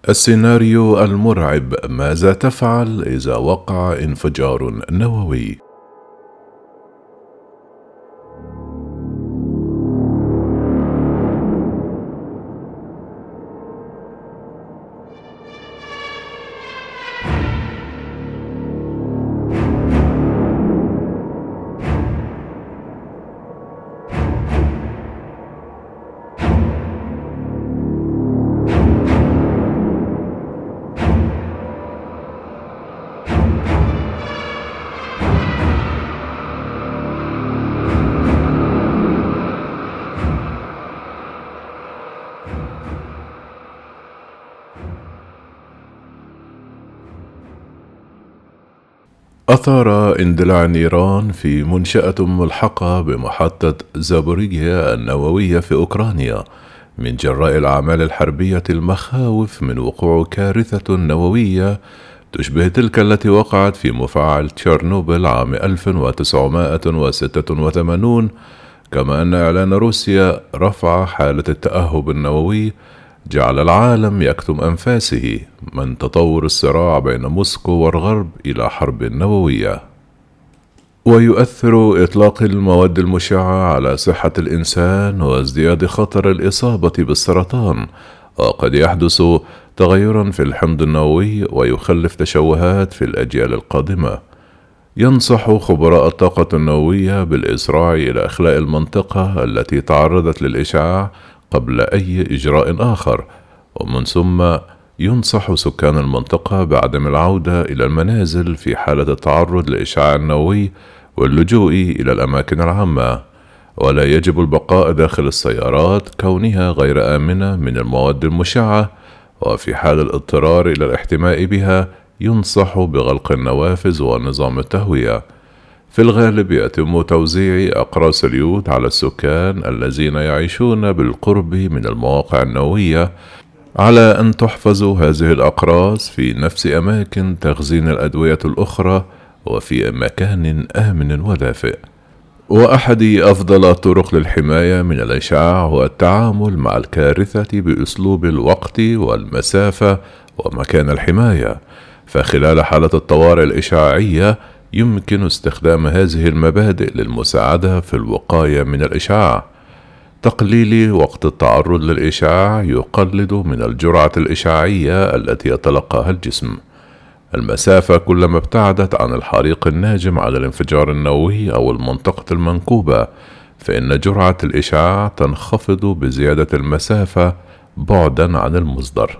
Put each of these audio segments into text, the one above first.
السيناريو المرعب: ماذا تفعل إذا وقع انفجار نووي؟ أثار اندلاع النيران في منشأة ملحقة بمحطة زابوريجيا النووية في أوكرانيا من جراء الأعمال الحربية المخاوف من وقوع كارثة نووية تشبه تلك التي وقعت في مفاعل تشيرنوبل عام 1986، كما أن إعلان روسيا رفع حالة التأهب النووي جعل العالم يكتم أنفاسه من تطور الصراع بين موسكو والغرب إلى حرب نووية. ويؤثر إطلاق المواد المشعة على صحة الإنسان وازدياد خطر الإصابة بالسرطان، وقد يحدث تغير في الحمض النووي ويخلف تشوهات في الأجيال القادمة. ينصح خبراء الطاقة النووية بالإسراع إلى إخلاء المنطقة التي تعرضت للإشعاع قبل أي إجراء آخر، ومن ثم ينصح سكان المنطقة بعدم العودة إلى المنازل في حالة التعرض للإشعاع النووي واللجوء إلى الأماكن العامة، ولا يجب البقاء داخل السيارات كونها غير آمنة من المواد المشعة، وفي حال الاضطرار إلى الاحتماء بها ينصح بغلق النوافذ ونظام التهوية. في الغالب يتم توزيع أقراص اليود على السكان الذين يعيشون بالقرب من المواقع النووية، على أن تحفظ هذه الأقراص في نفس أماكن تخزين الأدوية الأخرى وفي مكان آمن ودافئ. وأحد أفضل الطرق للحماية من الإشعاع هو التعامل مع الكارثة بأسلوب الوقت والمسافة ومكان الحماية، فخلال حالة الطوارئ الإشعاعية يمكن استخدام هذه المبادئ للمساعدة في الوقاية من الإشعاع. تقليل وقت التعرض للإشعاع يقلل من الجرعة الإشعاعية التي يتلقاها الجسم. المسافة كلما ابتعدت عن الحريق الناجم عن الانفجار النووي أو المنطقة المنكوبة، فإن جرعة الإشعاع تنخفض بزيادة المسافة بعدا عن المصدر.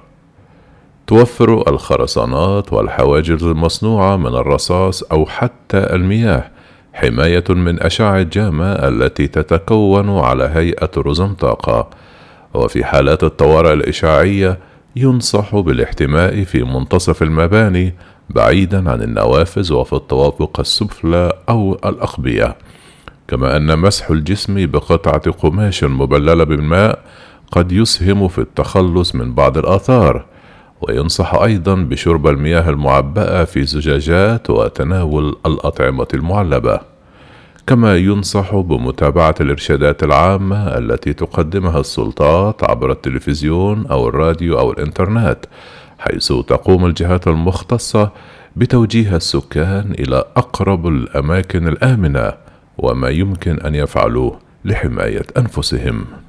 توفر الخرسانات والحواجز المصنوعة من الرصاص أو حتى المياه حماية من أشعة جاما التي تتكون على هيئة رزم طاقة. وفي حالات الطوارئ الإشعاعية ينصح بالاحتماء في منتصف المباني بعيدا عن النوافذ وفي الطوابق السفلى أو الأقبية، كما أن مسح الجسم بقطعة قماش مبللة بالماء قد يسهم في التخلص من بعض الآثار. وينصح أيضا بشرب المياه المعبأة في زجاجات وتناول الأطعمة المعلبة، كما ينصح بمتابعة الإرشادات العامة التي تقدمها السلطات عبر التلفزيون أو الراديو أو الإنترنت، حيث تقوم الجهات المختصة بتوجيه السكان إلى أقرب الأماكن الآمنة وما يمكن أن يفعلوه لحماية أنفسهم.